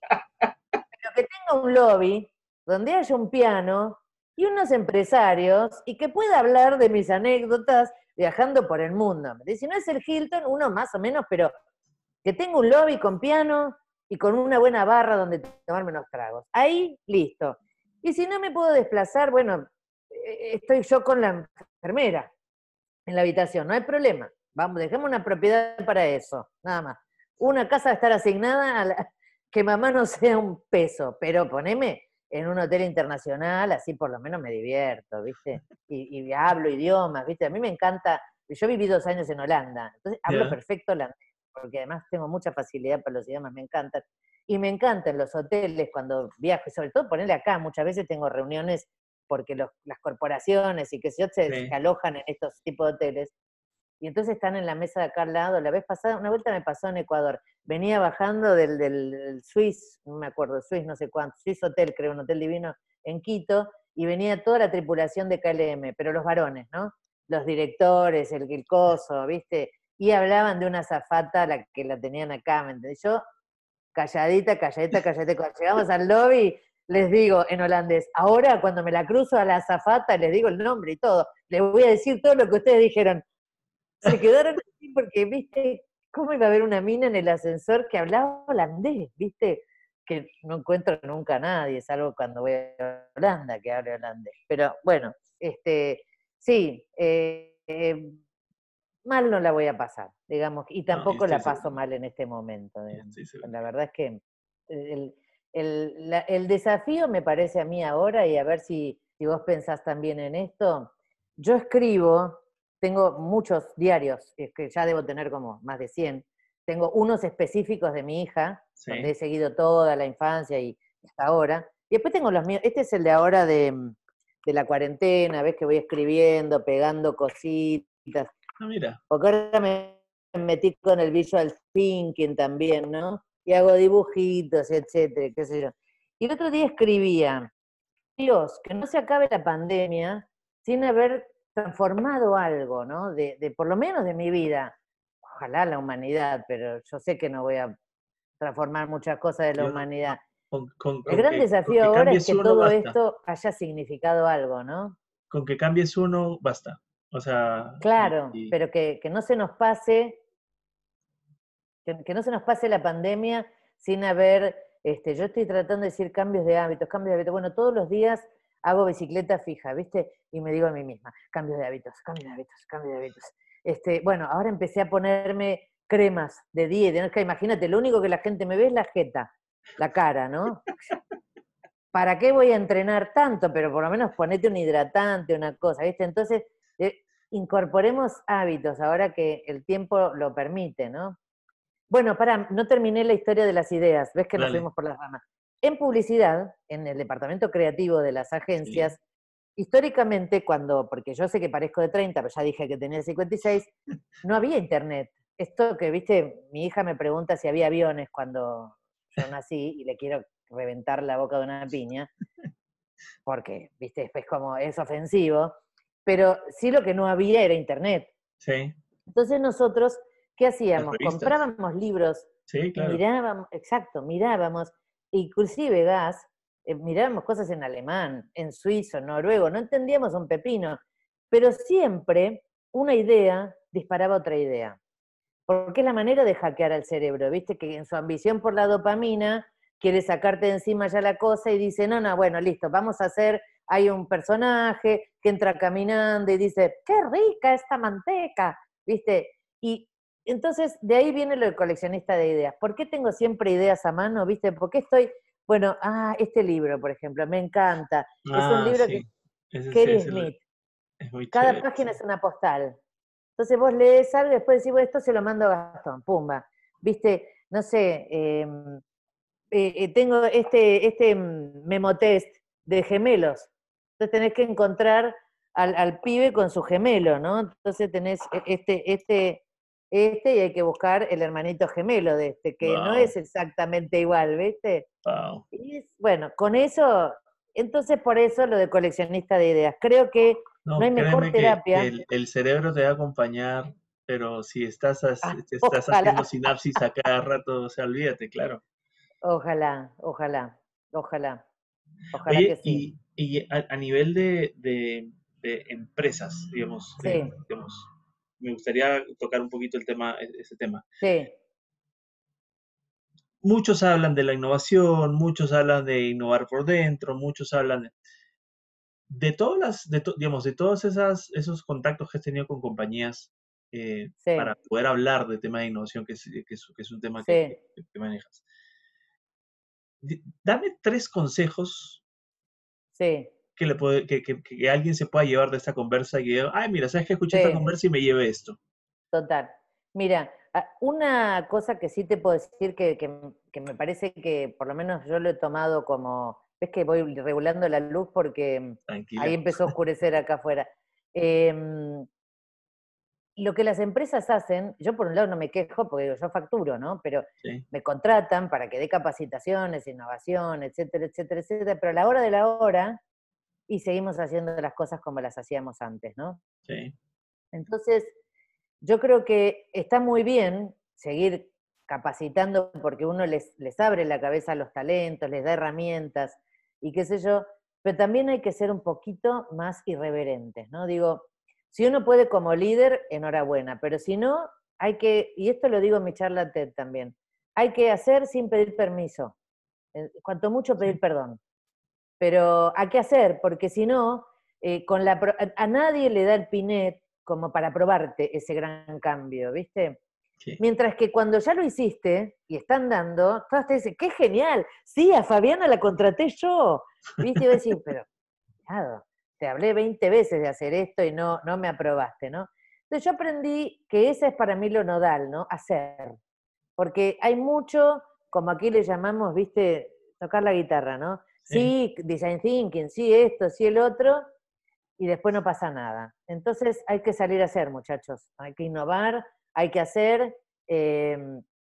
pero que tenga un lobby donde haya un piano y unos empresarios y que pueda hablar de mis anécdotas viajando por el mundo. Si no es el Hilton, uno más o menos, pero que tenga un lobby con piano y con una buena barra donde tomarme unos tragos. Ahí, listo. Y si no me puedo desplazar, bueno, eh, estoy yo con la enfermera en la habitación, no hay problema. Vamos, dejemos una propiedad para eso, nada más. Una casa va a estar asignada a la, que mamá no sea un peso, pero poneme en un hotel internacional, así por lo menos me divierto, ¿viste? Y, y hablo idiomas, ¿viste? A mí me encanta, yo viví dos años en Holanda, entonces hablo ya, perfecto holandés, porque además tengo mucha facilidad para los idiomas, me encantan. Y me encantan los hoteles cuando viajo, y sobre todo ponerle acá, muchas veces tengo reuniones porque los, las corporaciones y que se, se sí, alojan en estos tipos de hoteles, y entonces están en la mesa de acá al lado. La vez pasada, una vuelta me pasó en Ecuador. Venía bajando del, del, del Swiss, no me acuerdo, Swiss no sé cuánto, Swiss Hotel, creo, un hotel divino en Quito, y venía toda la tripulación de K L M, pero los varones, ¿no? Los directores, el, el coso, ¿viste? Y hablaban de una azafata la que la tenían acá, ¿me entendés? Yo, calladita, calladita, calladita. Cuando llegamos al lobby, les digo en holandés, ahora cuando me la cruzo a la azafata, les digo el nombre y todo, les voy a decir todo lo que ustedes dijeron. Se quedaron así porque, viste, ¿cómo iba a haber una mina en el ascensor que hablaba holandés? ¿Viste? Que no encuentro nunca a nadie, salvo cuando voy a Holanda que hable holandés. Pero bueno, este, sí, eh, eh, mal no la voy a pasar, digamos, y no, yo tampoco estoy la paso seguro, mal en este momento, yo digamos. estoy seguro. La verdad es que el, el, la- el desafío me parece a mí ahora, y a ver si, si vos pensás también en esto, yo escribo, tengo muchos diarios, es que ya debo tener como más de cien. Tengo unos específicos de mi hija, donde he Sí, seguido toda la infancia y hasta ahora, y después tengo los míos, este es el de ahora de, de la cuarentena, ves que voy escribiendo, pegando cositas, no, mira, porque ahora me metí con el visual thinking también, ¿no? Y hago dibujitos, etcétera, qué sé yo. Y el otro día escribía, Dios, que no se acabe la pandemia sin haber transformado algo, ¿no? De, de por lo menos de mi vida. Ojalá la humanidad, pero yo sé que no voy a transformar muchas cosas de la yo no, no, humanidad. con, con- El con gran que, con desafío que ahora es cambies que uno todo basta, esto haya significado algo, ¿no? con que cambies uno basta. O sea, y, Claro, y- pero que, que no se nos pase que, que no se nos pase la pandemia sin haber, este, yo estoy tratando de decir cambios de hábitos, cambios de hábitos. Bueno, todos los días hago bicicleta fija, ¿viste? Y me digo a mí misma, cambios de hábitos, cambios de hábitos, cambios de hábitos. Este, bueno, ahora empecé a ponerme cremas de día y de noche. Imagínate, lo único que la gente me ve es la jeta. la cara, ¿no? ¿Para qué voy a entrenar tanto? Pero por lo menos ponete un hidratante, una cosa, ¿viste? Entonces, eh, incorporemos hábitos ahora que el tiempo lo permite, ¿no? Bueno, pará, no terminé la historia de las ideas, ves que nos Dale. fuimos por las ramas. En publicidad, en el departamento creativo de las Sí. agencias, históricamente cuando, porque yo sé que parezco de treinta, pero ya dije que tenía cincuenta y seis, no había internet. Esto que, viste, mi hija me pregunta si había aviones cuando yo nací y le quiero reventar la boca de una piña, porque, viste, es como, es ofensivo, pero sí lo que no había era internet. Sí. Entonces nosotros, ¿qué Las hacíamos? revistas. Comprábamos libros Sí, y claro. mirábamos, exacto, mirábamos, inclusive gas, eh, mirábamos cosas en alemán, en suizo, noruego, no entendíamos un pepino, pero siempre una idea disparaba otra idea. Porque es la manera de hackear al cerebro, ¿viste? Que en su ambición por la dopamina quiere sacarte de encima ya la cosa y dice, no, no, bueno, listo, vamos a hacer, hay un personaje que entra caminando y dice, qué rica esta manteca, ¿viste? Y entonces de ahí viene lo del coleccionista de ideas. ¿Por qué tengo siempre ideas a mano, viste? ¿Por qué estoy, bueno, ah, este libro, por ejemplo, me encanta. Es un Ah, libro que sí. Ese sí Kerry es, el- Smith, es muy cada chévere, página sí. es una postal. Entonces vos lees algo y después decís, bueno, esto se lo mando a Gastón, pumba. Viste, no sé, eh, eh, eh, tengo este, este mm, memotest de gemelos. Entonces tenés que encontrar al, al pibe con su gemelo, ¿no? Entonces tenés e- este, este, este y hay que buscar el hermanito gemelo de este, que no Wow, es exactamente igual, ¿viste? wow. Y es- bueno, con eso, entonces por eso lo de coleccionista de ideas. Creo que no hay No, mejor créeme que, que terapia. el, el cerebro te va a acompañar, pero si estás, ha- Ah, si estás haciendo ojalá. sinapsis a cada rato, o sea, olvídate, claro. Ojalá, ojalá, ojalá, ojalá que Oye, sí. y, y a, a nivel de, de- de empresas, digamos, de- Sí, digamos, me gustaría tocar un poquito el tema, e- ese tema. sí, Muchos hablan de la innovación, muchos hablan de innovar por dentro, muchos hablan de, de todas las, de to- digamos, de todos esas, esos contactos que has tenido con compañías eh, sí, para poder hablar de tema de innovación, que es, que es, que es un tema que, sí, que- que manejas. Di- Dame tres consejos sí, que, le puede, que, que- que alguien se pueda llevar de esta conversa y que diga, ay, mira, ¿sabes que escuché esta sí, conversa y me llevé esto? total. Mira, a- una cosa que sí te puedo decir que, que m- que me parece que por lo menos yo lo he tomado como, ves que voy regulando la luz porque mm, ahí Tranquila. empezó a oscurecer acá afuera. Em, lo que las empresas hacen, yo por un lado no me quejo porque yo facturo, ¿no? Pero Sí, me contratan para que dé capacitaciones, innovación, etcétera, etcétera, etcétera, pero a la hora de la hora, y seguimos haciendo las cosas como las hacíamos antes, ¿no? sí, Entonces, yo creo que está muy bien seguir capacitando porque uno les, les abre la cabeza a los talentos, les da herramientas y qué sé yo, pero también hay que ser un poquito más irreverentes, ¿no? Digo, si uno puede como líder, enhorabuena, pero si no, hay que, y esto lo digo en mi charla TED también, hay que hacer sin pedir permiso, eh, cuanto mucho pedir sí, perdón, pero hay que hacer, porque si no, eh, con la, pro- a, a nadie le da el pinet como para probarte ese gran cambio, ¿viste? sí. Mientras que cuando ya lo hiciste y están dando, todas te dicen, ¡qué genial! Sí, a Fabiana la contraté yo. ¿Viste? Y vos decís, pero, claro, te hablé veinte veces de hacer esto y no, no me aprobaste, ¿no? Entonces yo aprendí que esa es para mí lo nodal, ¿no? Hacer. Porque hay mucho, como aquí le llamamos, ¿viste? Tocar la guitarra, ¿no? Sí. Sí, design thinking, sí esto, sí el otro, y después no pasa nada. Entonces hay que salir a hacer, muchachos. Hay que innovar, hay que hacer. eh,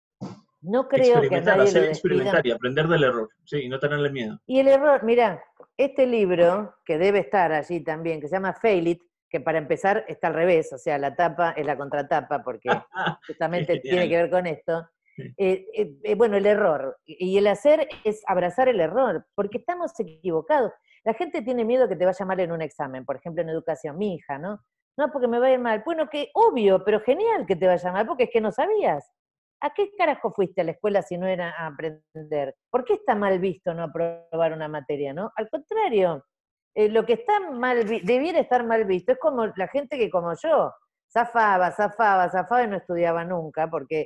no creo que a Experimentar, nadie lo hacer experimentar despidan. y aprender del error, sí, y no tenerle miedo. Y el error, mira, este libro, que debe estar allí también, que se llama Fail It, que para empezar está al revés, o sea, la tapa es la contratapa, porque Qué justamente tiene genial. que ver con esto. Sí, Eh, eh, eh, bueno, el error. Y el hacer es abrazar el error, porque estamos equivocados. La gente tiene miedo que te vaya mal en un examen, por ejemplo, en educación, mi hija, ¿no? No, porque me va a ir mal. Bueno, que obvio, pero genial que te vaya mal, porque es que no sabías. ¿A qué carajo fuiste a la escuela si no era a aprender? ¿Por qué está mal visto no aprobar una materia, no? Al contrario, eh, lo que está mal, debiera estar mal visto es como la gente que como yo, zafaba, zafaba, zafaba y no estudiaba nunca, porque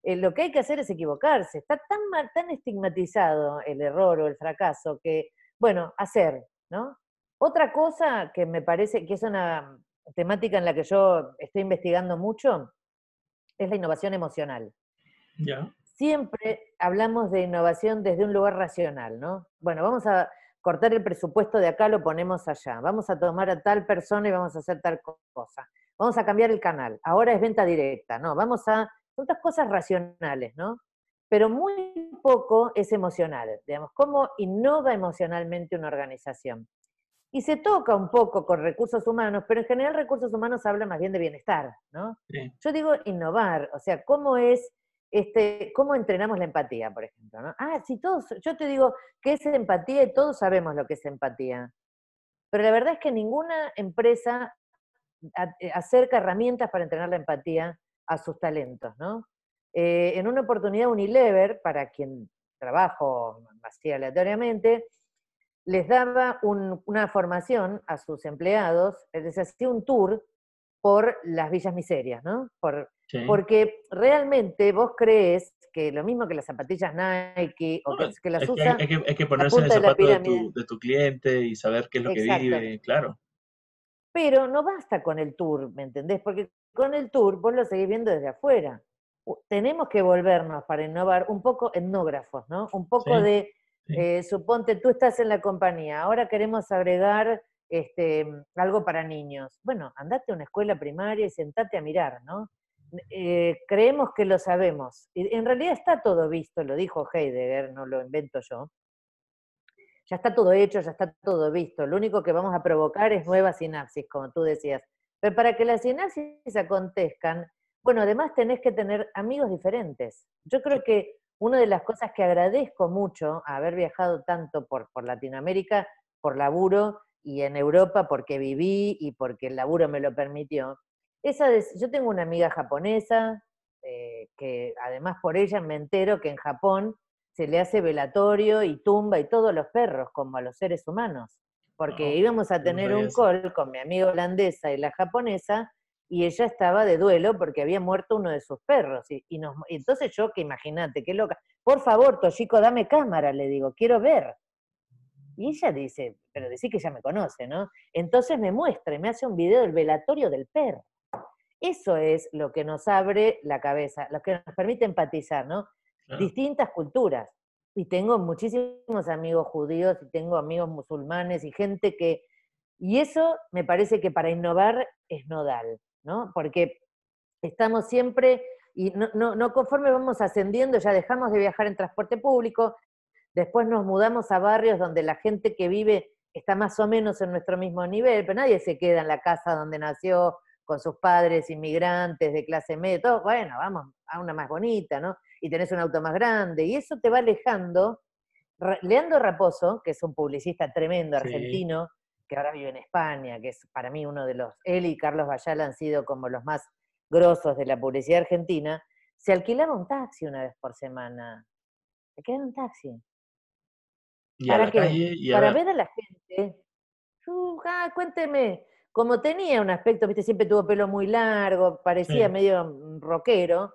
eh, lo que hay que hacer es equivocarse. Está tan mal, tan estigmatizado el error o el fracaso que, bueno, hacer, ¿no? Otra cosa que me parece que es una temática en la que yo estoy investigando mucho es la innovación emocional. Ya. Siempre hablamos de innovación desde un lugar racional, ¿no? Bueno, vamos a cortar el presupuesto de acá, lo ponemos allá. Vamos a tomar a tal persona y vamos a hacer tal cosa. Vamos a cambiar el canal. Ahora es venta directa, ¿no? Vamos a... Tantas cosas racionales, ¿no? Pero muy poco es emocional. Digamos, ¿cómo innova emocionalmente una organización? Y se toca un poco con recursos humanos, pero en general recursos humanos habla más bien de bienestar, ¿no? Sí. Yo digo innovar, o sea, ¿cómo es, este, cómo entrenamos la empatía, por ejemplo, ¿no? Ah, si todos, yo te digo qué es empatía y todos sabemos lo que es empatía, pero la verdad es que ninguna empresa a- eh, acerca herramientas para entrenar la empatía a sus talentos, ¿no? Eh, en una oportunidad Unilever, para quien trabajo así aleatoriamente, les daba un- una formación a sus empleados, les hacía un tour por las villas miserias, ¿no? Por, Sí. porque realmente vos crees que lo mismo que las zapatillas Nike, o No, que, que las es que hay, usa hay que hay que la ponerse en el punta de la zapato de pirámide. tu, de tu cliente y saber qué es lo que Exacto. vive, claro. Pero no basta con el tour, ¿me entendés? Porque con el tour vos lo seguís viendo desde afuera. U- Tenemos que volvernos para innovar un poco etnógrafos, ¿no? Un poco Sí, de, sí. eh, suponte, tú estás en la compañía, ahora queremos agregar este, algo para niños. Bueno, andate a una escuela primaria y sentate a mirar, ¿no? Eh, creemos que lo sabemos. Y en realidad está todo visto, lo dijo Heidegger, no lo invento yo. Ya está todo hecho, ya está todo visto. Lo único que vamos a provocar es nuevas sinapsis, como tú decías. Pero para que las sinapsis acontezcan, bueno, además tenés que tener amigos diferentes. Yo creo que una de las cosas que agradezco mucho a haber viajado tanto por, por Latinoamérica, por laburo, y en Europa porque viví y porque el laburo me lo permitió, esa de- yo tengo una amiga japonesa, eh, que además por ella me entero que en Japón se le hace velatorio y tumba y todos los perros, como a los seres humanos. Porque Oh, íbamos a yo no tener sabía un eso. call con mi amiga holandesa y la japonesa, y ella estaba de duelo porque había muerto uno de sus perros. Y, y nos, y entonces yo, que imagínate, qué loca, por favor, Toshiko, dame cámara, le digo, quiero ver. Y ella dice, pero decí que ya me conoce, ¿no? Entonces me muestra y me hace un video del velatorio del perro. Eso es lo que nos abre la cabeza, lo que nos permite empatizar, ¿no? Claro. Distintas culturas. Y tengo muchísimos amigos judíos y tengo amigos musulmanes y gente que... Y eso me parece que para innovar es nodal, ¿no? Porque estamos siempre, y no, no, no conforme vamos ascendiendo, ya dejamos de viajar en transporte público, después nos mudamos a barrios donde la gente que vive está más o menos en nuestro mismo nivel, pero nadie se queda en la casa donde nació con sus padres inmigrantes de clase media, todo, bueno, vamos a una más bonita, ¿no? Y tenés un auto más grande, y eso te va alejando. Leandro Raposo, que es un publicista tremendo Sí. argentino, que ahora vive en España, que es para mí uno de los, él y Carlos Bayala han sido como los más grosos de la publicidad argentina, se alquilaba un taxi una vez por semana. Se quedaba en un taxi. Y a ¿Para la qué? calle y a Para ver. ver a la gente. Uh, ah, cuénteme. Como tenía un aspecto, viste, siempre tuvo pelo muy largo, parecía Sí. medio mm, rockero.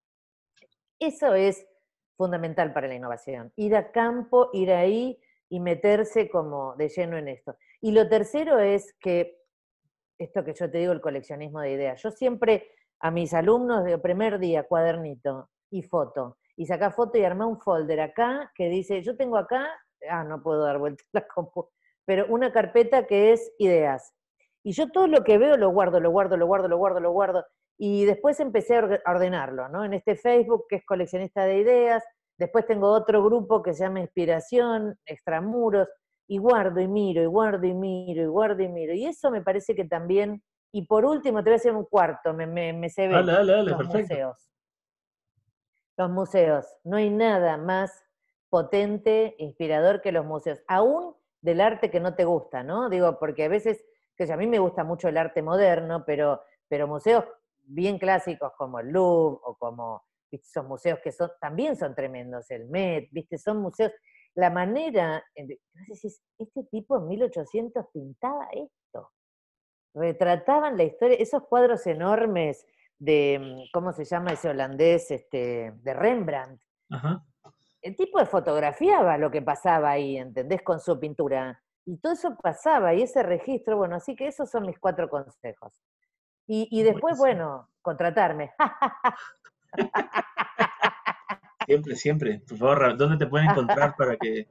Eso es fundamental para la innovación. Ir a campo, ir ahí y meterse como de lleno en esto. Y lo tercero es que, esto que yo te digo, el coleccionismo de ideas. Yo siempre a mis alumnos de primer día, cuadernito y foto. Y saca foto y armá un folder acá que dice, yo tengo acá, ah, no puedo dar vuelta a la compu, pero una carpeta que es ideas. Y yo todo lo que veo lo guardo, lo guardo, lo guardo, lo guardo, lo guardo. Y después empecé a ordenarlo, ¿no? En este Facebook, que es coleccionista de ideas. Después tengo otro grupo que se llama Inspiración, Extramuros, y guardo y miro, y guardo y miro, y guardo y miro. Y eso me parece que también, y por último, te voy a hacer un cuarto, me, me, me se Dale, ve, dale, dale, los perfecto. museos. Los museos. No hay nada más potente, inspirador que los museos. Aún del arte que no te gusta, ¿no? Digo, porque a veces, que a mí me gusta mucho el arte moderno, pero, pero museos bien clásicos como el Louvre o como, ¿viste? Esos museos que son, también son tremendos, el Met, ¿viste? Son museos, la manera, no sé si es, este tipo en mil ochocientos pintaba esto, retrataban la historia, esos cuadros enormes de, ¿cómo se llama ese holandés? Este, de Rembrandt. Ajá. El tipo fotografiaba lo que pasaba ahí, ¿entendés? Con su pintura. Y todo eso pasaba, y ese registro, bueno, así que esos son mis cuatro consejos. Y, y después, Buenísimo. bueno, contratarme. Siempre, siempre. Por favor, ¿dónde te pueden encontrar para que...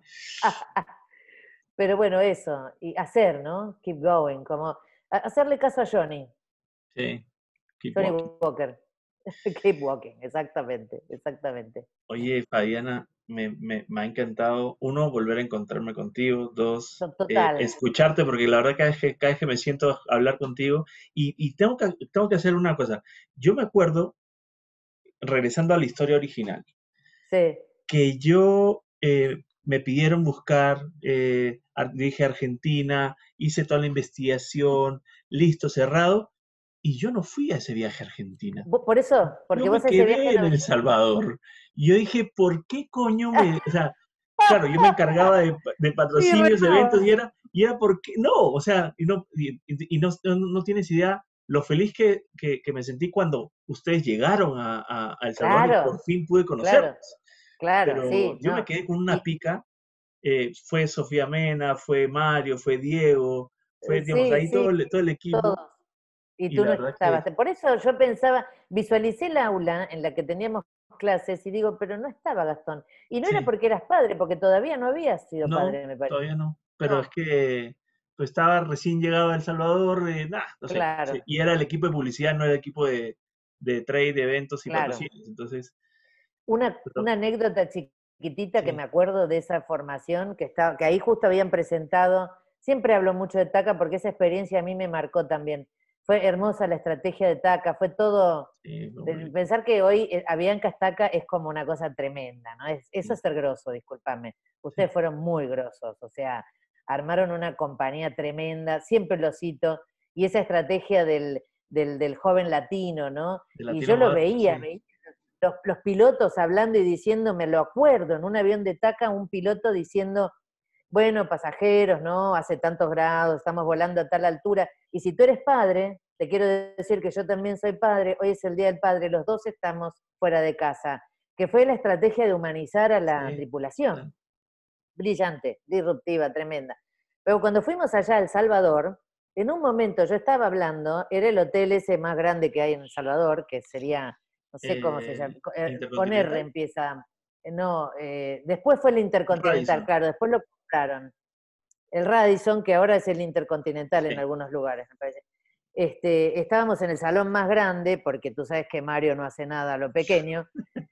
Pero bueno, eso, y hacer, ¿no? Keep going, como hacerle caso a Johnny, Sí, keep Johnny walking. Walker. Keep walking, exactamente, exactamente. Oye, Fabiana, me, me- me ha encantado, uno, volver a encontrarme contigo, dos, eh, Total, escucharte, porque la verdad cada vez que, cada vez que me siento a hablar contigo, y, y tengo que, tengo que hacer una cosa. Yo me acuerdo, regresando a la historia original, sí. que yo eh, me pidieron buscar, eh, ar- dije Argentina, hice toda la investigación, listo, cerrado, y yo no fui a ese viaje a Argentina. Por eso, Yo porque me vos a ese viaje quedé en no El viniste. Salvador. Y yo dije, ¿por qué coño me...? O sea, claro, yo me encargaba de, de Y patrocinios, de eventos, y remaba. era, y era porque, no, o sea, y no, y, y no, no, no tienes idea lo feliz que, que, que me sentí cuando ustedes llegaron a, a, a El Salvador y por Claro, fin pude conocerlos. claro, claro, Pero sí, yo me no. quedé con una Y, pica, eh, fue Sofía Mena, fue Mario, fue Diego, fue, eh, digamos, sí, ahí sí, todo el, todo el equipo, todos. Y y tú la no verdad que, estabas. Por eso yo pensaba, visualicé el aula en la que teníamos clases y digo, pero no estaba Gastón. Y no era sí. porque eras padre, porque todavía no habías sido No, padre, me parece. todavía no. Pero es No, que pues, estaba recién llegado a El Salvador, eh, nah, no sé. Sí, claro, y era el equipo de publicidad, no era el equipo de, de trade, de eventos y claro. patrocinios. Entonces, Una, pero, una anécdota chiquitita que sí, me acuerdo de esa formación, que, estaba, que ahí justo habían presentado, siempre hablo mucho de TACA porque esa experiencia a mí me marcó también. Fue hermosa la estrategia de TACA, fue todo, sí, fue muy de- lindo. pensar que hoy eh, Avianca Estaca es como una cosa tremenda, ¿no? Es, eso Sí, es ser grosso, discúlpame. sí, Ustedes fueron muy grosos, o sea, armaron una compañía tremenda, siempre lo cito, y esa estrategia del, del, del joven latino, ¿no? de Y Latino yo lo Moderno, veía, sí. veía los, los pilotos hablando y diciendo, me lo acuerdo, en un avión de TACA, un piloto diciendo, bueno, pasajeros, ¿no? Hace tantos grados, estamos volando a tal altura. Y si tú eres padre, te quiero decir que yo también soy padre, hoy es el Día del Padre, los dos estamos fuera de casa, que fue la estrategia de humanizar a la Sí, tripulación. total. Brillante, disruptiva, tremenda. Pero cuando fuimos allá a El Salvador, en un momento yo estaba hablando, era el hotel ese más grande que hay en El Salvador, que sería, no sé cómo se llama, Eh, eh, con R Intercontinental, empieza, eh, no, eh, después fue el Intercontinental, Radisson, claro, después lo compraron. El Radisson, que ahora es el Intercontinental en sí. algunos lugares, me parece. Este, estábamos en el salón más grande, porque tú sabes que Mario no hace nada a lo pequeño,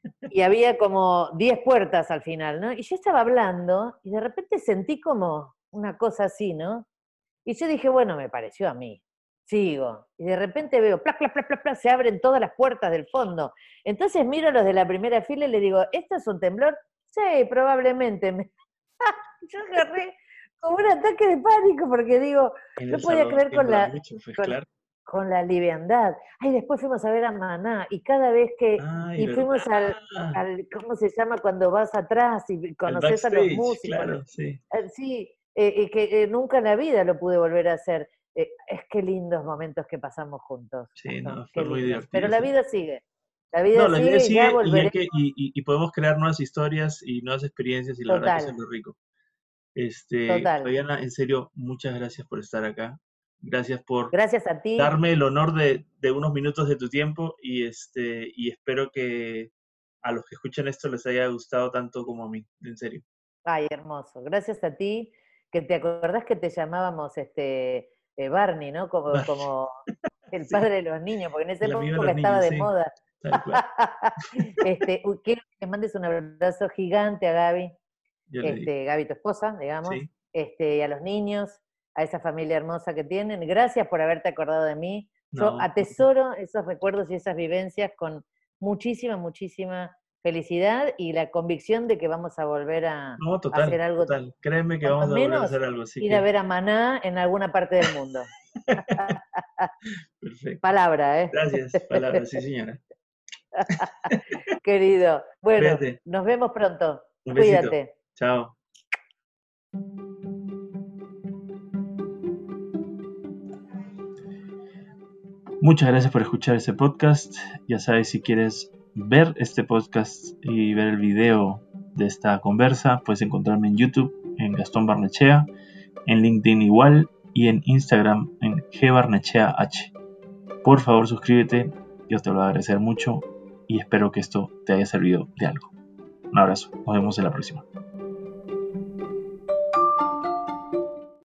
y había como diez puertas al final, ¿no? Y yo estaba hablando y de repente sentí como una cosa así, ¿no? Y yo dije, bueno, me pareció a mí. Sigo. Y de repente veo, plac, plac, plac, plac, plac, se abren todas las puertas del fondo. Entonces miro a los de la primera fila y le digo, ¿esto es un temblor? Sí, probablemente. Yo agarré como un ataque de pánico porque digo, En no El podía Salvador creer con tiembla la, mucho, pues con, claro. con la liviandad. Ay, después fuimos a ver a Maná y cada vez que, Ay, y fuimos al, ¿verdad? al, ¿cómo se llama? Cuando vas atrás y El conoces a los backstage, músicos. claro, sí. Eh, Sí, eh, eh, que eh, nunca en la vida lo pude volver a hacer. Eh, es que lindos momentos que pasamos juntos, Sí, Gastón, no, qué fue muy lindos. Pero divertido, la sí. vida sigue, la No, vida la vida sigue y ya sigue y hay volveré que, y, y- y podemos crear nuevas historias y nuevas experiencias y la verdad que eso es total, lo rico. Este, total. Fabiana, en serio, muchas gracias por estar acá. Gracias por Gracias a ti. darme el honor de, de unos minutos de tu tiempo y este, y espero que a los que escuchen esto les haya gustado tanto como a mí, en serio. Ay, hermoso. Gracias a ti, que te acordás que te llamábamos este eh, Barney, ¿no? Como, Vale, como el sí, padre de los niños, porque en esa el amigo de época los estaba niños, de sí, moda. tal cual. Este, uy, quiero que le mandes un abrazo gigante a Gaby, Yo le digo, este, Gaby, tu esposa, digamos, sí, este, y a los niños, a esa familia hermosa que tienen. Gracias por haberte acordado de mí. Yo no, atesoro esos recuerdos y esas vivencias con muchísima, muchísima felicidad y la convicción de que vamos a volver a, a no, hacer total, algo, total. Créeme que cuando vamos a volver a menos hacer algo, así ir a que ver a Maná en alguna parte del mundo. perfecto. Palabra, ¿eh? Gracias, palabras, sí, señora. Querido. Bueno, Cuídate, nos vemos pronto. un besito. Cuídate. Chao. Muchas gracias por escuchar este podcast. Ya sabes, si quieres ver este podcast y ver el video de esta conversa, puedes encontrarme en YouTube, en Gastón Barnechea, en LinkedIn igual y en Instagram en gbarnecheah. Por favor, suscríbete, yo te lo voy a agradecer mucho y espero que esto te haya servido de algo. Un abrazo, nos vemos en la próxima.